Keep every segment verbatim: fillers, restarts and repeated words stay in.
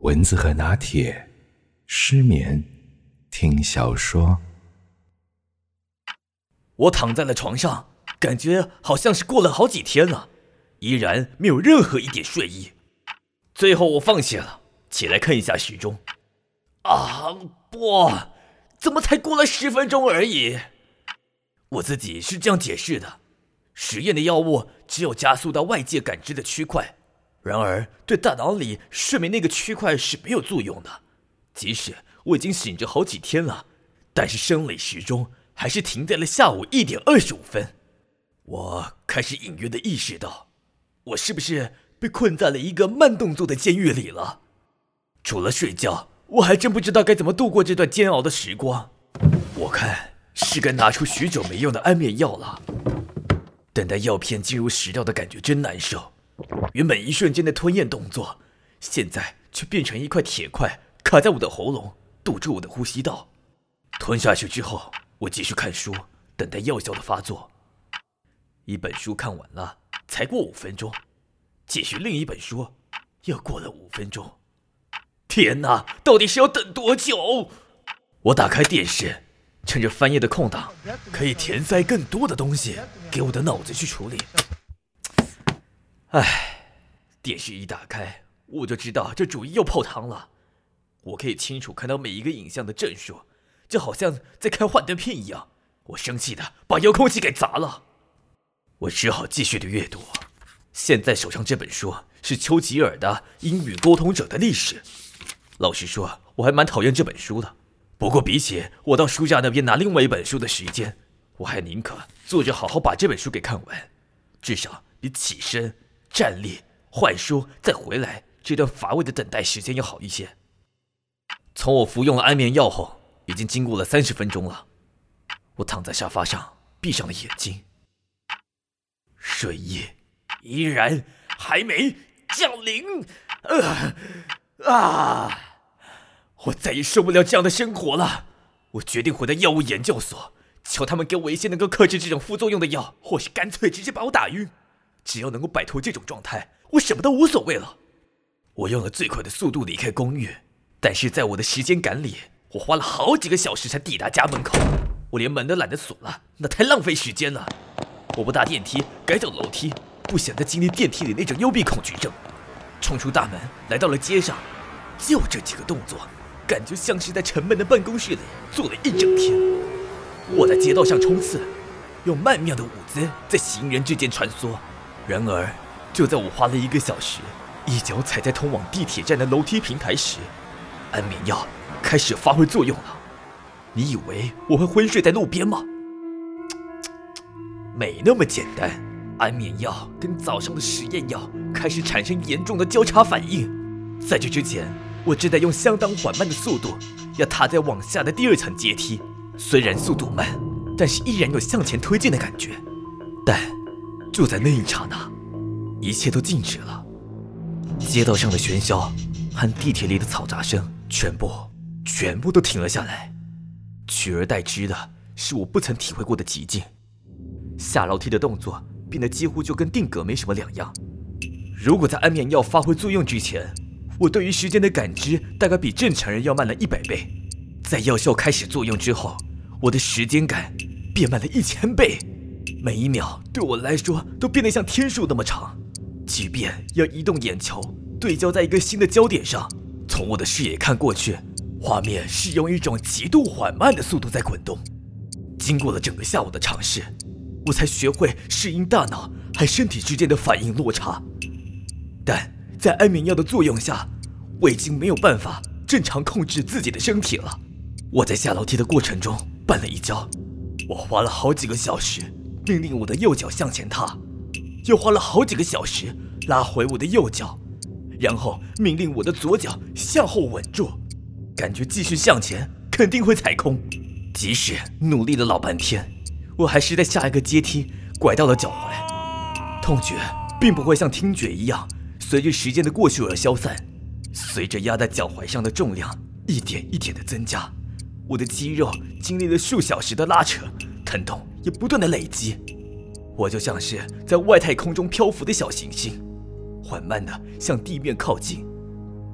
蚊子和拿铁，失眠听小说。 我躺在了床上，感觉好像是过了好几天了，依然没有任何一点睡意。最后我放弃了，起来看一下时钟。啊，不，怎么才过了十分钟而已？我自己是这样解释的：实验的药物只有加速到外界感知的区块，然而对大脑里睡眠那个区块是没有作用的。即使我已经醒着好几天了，但是生理时钟还是停在了下午一点二十五分。我开始隐约地意识到，我是不是被困在了一个慢动作的监狱里了？除了睡觉，我还真不知道该怎么度过这段煎熬的时光。我看是该拿出许久没用的安眠药了。等待药片进入食道的感觉真难受，原本一瞬间的吞咽动作，现在却变成一块铁块卡在我的喉咙，堵住我的呼吸道。吞下去之后，我继续看书，等待药效的发作。一本书看完了，才过五分钟，继续另一本书，又过了五分钟。天哪，到底是要等多久？我打开电视，趁着翻页的空档，可以填塞更多的东西给我的脑子去处理。唉，电视一打开，我就知道这主意又泡汤了。我可以清楚看到每一个影像的帧数，就好像在看幻灯片一样。我生气的把遥控器给砸了。我只好继续的阅读。现在手上这本书是丘吉尔的《英语沟通者的历史》。老实说，我还蛮讨厌这本书的。不过比起我到书架那边拿另外一本书的时间，我还宁可坐着好好把这本书给看完，至少比起身、站立、换书再回来这段乏味的等待时间要好一些。从我服用了安眠药后，已经经过了三十分钟了。我躺在沙发上，闭上了眼睛。睡意依然还没降临。呃啊！我再也受不了这样的生活了。我决定回到药物研究所，求他们给我一些能够克制这种副作用的药，或是干脆直接把我打晕。只要能够摆脱这种状态，我什么都无所谓了。我用了最快的速度离开公寓，但是在我的时间感里，我花了好几个小时才抵达家门口。我连门都懒得锁了，那太浪费时间了。我不搭电梯，改走楼梯，不想再经历电梯里那种幽闭恐惧症。冲出大门，来到了街上，就这几个动作，感觉像是在沉闷的办公室里坐了一整天。我在街道上冲刺，用曼妙的舞姿在行人之间穿梭。然而，就在我花了一个小时，一脚踩在通往地铁站的楼梯平台时，安眠药开始发挥作用了。你以为我会昏睡在路边吗？没那么简单。安眠药跟早上的实验药开始产生严重的交叉反应。在这之前，我正在用相当缓慢的速度要踏在往下的第二层阶梯，虽然速度慢，但是依然有向前推进的感觉。但就在那一刹那，一切都静止了。街道上的喧嚣和地铁里的嘈杂声全部全部都停了下来，取而代之的是我不曾体会过的寂静。下楼梯的动作变得几乎就跟定格没什么两样。如果在安眠药发挥作用之前，我对于时间的感知大概比正常人要慢了一百倍。在药效开始作用之后，我的时间感变慢了一千倍，每一秒对我来说都变得像天数那么长。即便要移动眼球对焦在一个新的焦点上，从我的视野看过去，画面是用一种极度缓慢的速度在滚动。经过了整个下午的尝试，我才学会适应大脑和身体之间的反应落差。但在安眠药的作用下，我已经没有办法正常控制自己的身体了。我在下楼梯的过程中绊了一跤，我花了好几个小时命令我的右脚向前踏，又花了好几个小时拉回我的右脚，然后命令我的左脚向后稳住，感觉继续向前肯定会踩空。即使努力了老半天，我还是在下一个阶梯拐到了脚踝。痛觉并不会像听觉一样随着时间的过去而消散，随着压在脚踝上的重量一点一点的增加，我的肌肉经历了数小时的拉扯，疼痛也不断的累积。我就像是在外太空中漂浮的小行星，缓慢地向地面靠近。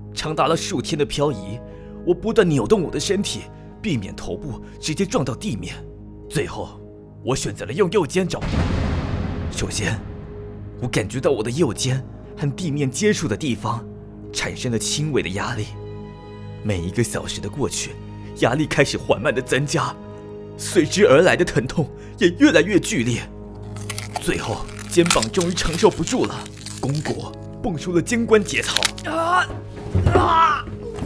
长达了数天的漂移，我不断扭动我的身体，避免头部直接撞到地面。最后，我选择了用右肩着地。首先，我感觉到我的右肩和地面接触的地方产生了轻微的压力。每一个小时的过去，压力开始缓慢的增加，随之而来的疼痛也越来越剧烈。最后，肩膀终于承受不住了，肱骨蹦出了肩关节槽。啊啊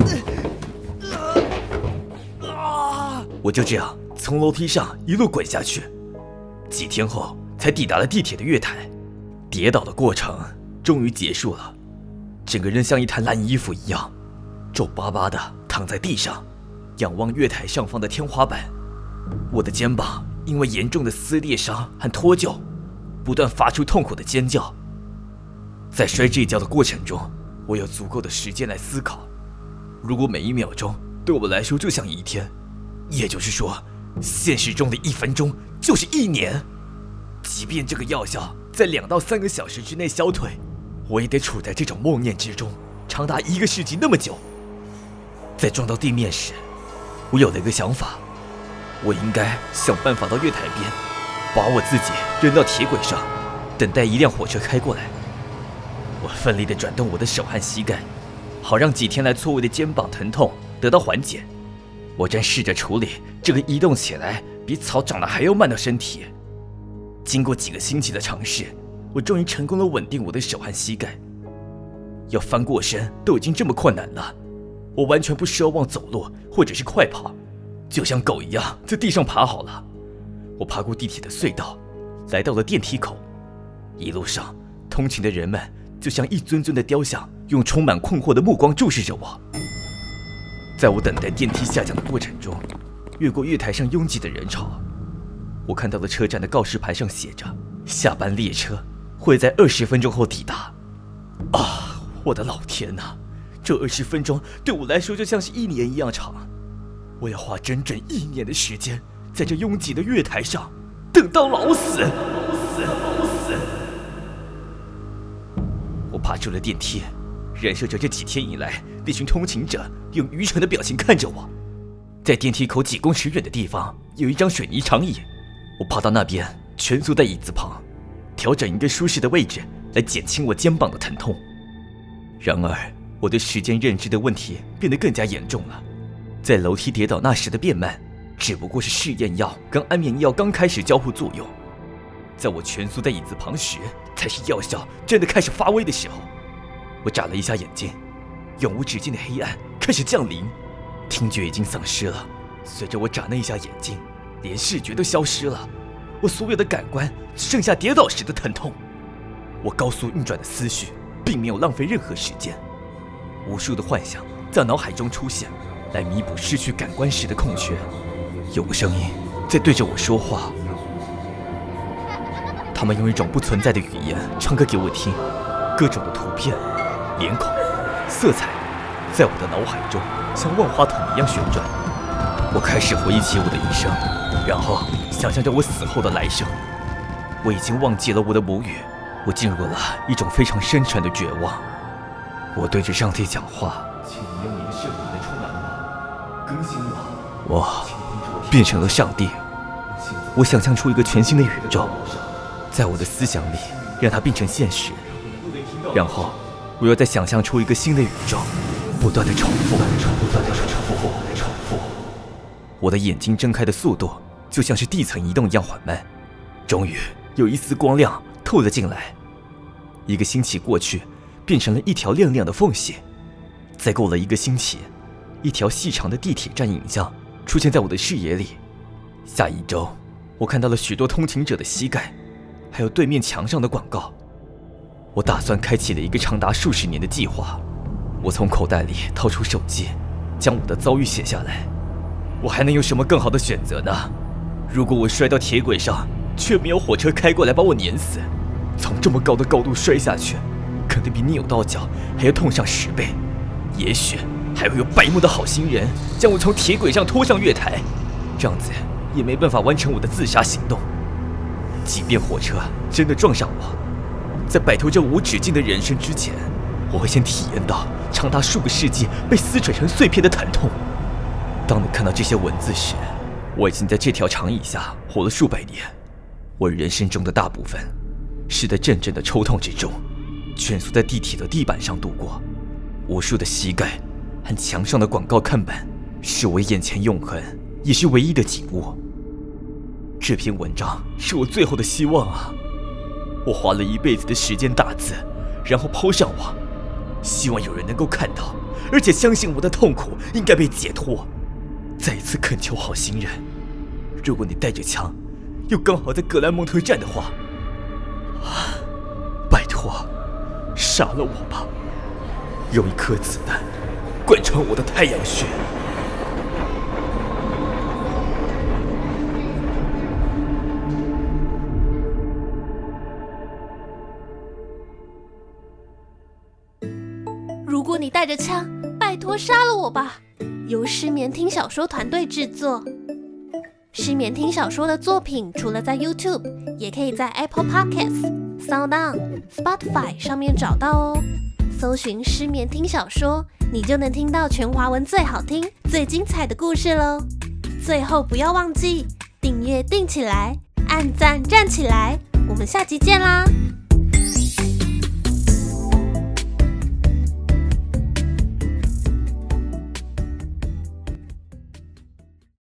啊！我就这样从楼梯上一路滚下去，几天后才抵达了地铁的月台。跌倒的过程终于结束了，整个人像一滩烂衣服一样，皱巴巴的躺在地上，仰望月台上方的天花板。我的肩膀因为严重的撕裂伤和脱臼，不断发出痛苦的尖叫。在摔这一跤的过程中，我有足够的时间来思考，如果每一秒钟对我来说就像一天，也就是说，现实中的一分钟就是一年。即便这个药效在两到三个小时之内消退，我也得处在这种梦魇之中，长达一个世纪那么久。在撞到地面时，我有了一个想法，我应该想办法到月台边，把我自己扔到铁轨上，等待一辆火车开过来。我奋力地转动我的手和膝盖，好让几天来错位的肩膀疼痛得到缓解。我正试着处理这个移动起来比草长得还要慢的身体。经过几个星期的尝试，我终于成功地稳定我的手和膝盖。要翻过身都已经这么困难了，我完全不奢望走路或者是快跑，就像狗一样在地上爬好了。我爬过地铁的隧道，来到了电梯口。一路上，通勤的人们就像一尊尊的雕像，用充满困惑的目光注视着我。在我等待电梯下降的过程中，越过月台上拥挤的人潮，我看到了车站的告示牌上写着下班列车会在二十分钟后抵达。啊，我的老天哪，这二十分钟对我来说就像是一年一样长。我要花整整一年的时间在这拥挤的月台上等到老死。老死老死！我爬出了电梯，忍受着这几天以来那群通勤者用愚蠢的表情看着我。在电梯口几公尺远的地方有一张水泥长椅，我爬到那边，蜷缩在椅子旁，调整一个舒适的位置来减轻我肩膀的疼痛。然而，我对时间认知的问题变得更加严重了。在楼梯跌倒那时的变慢，只不过是试验药跟安眠药刚开始交互作用。在我蜷缩在椅子旁时，才是药效真的开始发威的时候。我眨了一下眼睛，永无止境的黑暗开始降临，听觉已经丧失了。随着我眨那一下眼睛，连视觉都消失了，我所有的感官只剩下跌倒时的疼痛。我高速运转的思绪并没有浪费任何时间，无数的幻想在脑海中出现，来弥补失去感官时的空缺。有个声音在对着我说话，他们用一种不存在的语言唱歌给我听，各种的图片、脸孔、色彩在我的脑海中像万花筒一样旋转。我开始回忆起我的一生，然后想象着我死后的来生。我已经忘记了我的母语，我进入了一种非常深沉的绝望。我对着上帝讲话，请你用你的圣灵来充满我，更新我。我变成了上帝。我想象出一个全新的宇宙，在我的思想里让它变成现实，然后我又再想象出一个新的宇宙，不断的重复，不断的重复，不断的重复，不断的重复。我的眼睛睁开的速度就像是地层移动一样缓慢，终于有一丝光亮透了进来。一个星期过去，变成了一条亮亮的缝隙。再过了一个星期，一条细长的地铁站影像出现在我的视野里。下一周，我看到了许多通勤者的膝盖，还有对面墙上的广告。我打算开启了一个长达数十年的计划。我从口袋里掏出手机，将我的遭遇写下来。我还能有什么更好的选择呢？如果我摔到铁轨上，却没有火车开过来把我碾死，从这么高的高度摔下去，肯定比扭到脚还要痛上十倍。也许还会有白目的好心人将我从铁轨上拖上月台，这样子也没办法完成我的自杀行动。即便火车真的撞上我，在摆脱这无止境的人生之前，我会先体验到长达数个世纪被撕扯成碎片的疼痛。当你看到这些文字时，我已经在这条长椅下活了数百年。我人生中的大部分是在阵阵的抽痛之中，蜷缩在地铁的地板上度过。无数的膝盖和墙上的广告看板，是我眼前永恒，也是唯一的景物。这篇文章是我最后的希望啊！我花了一辈子的时间打字，然后抛上网，希望有人能够看到，而且相信我的痛苦应该被解脱。再一次恳求好心人，如果你带着枪，又刚好在格兰蒙特站的话，啊，拜托，杀了我吧！用一颗子弹贯穿我的太阳穴。 如果你带着枪，拜托杀了我吧！由失眠听小说团队制作。失眠听小说的作品除了在 YouTube， 也可以在 Apple Podcasts、SoundOn、Spotify 上面找到哦。搜寻失眠听小说，你就能听到全华文最好听、最精彩的故事喽。最后不要忘记订阅订起来，按赞站起来，我们下集见啦！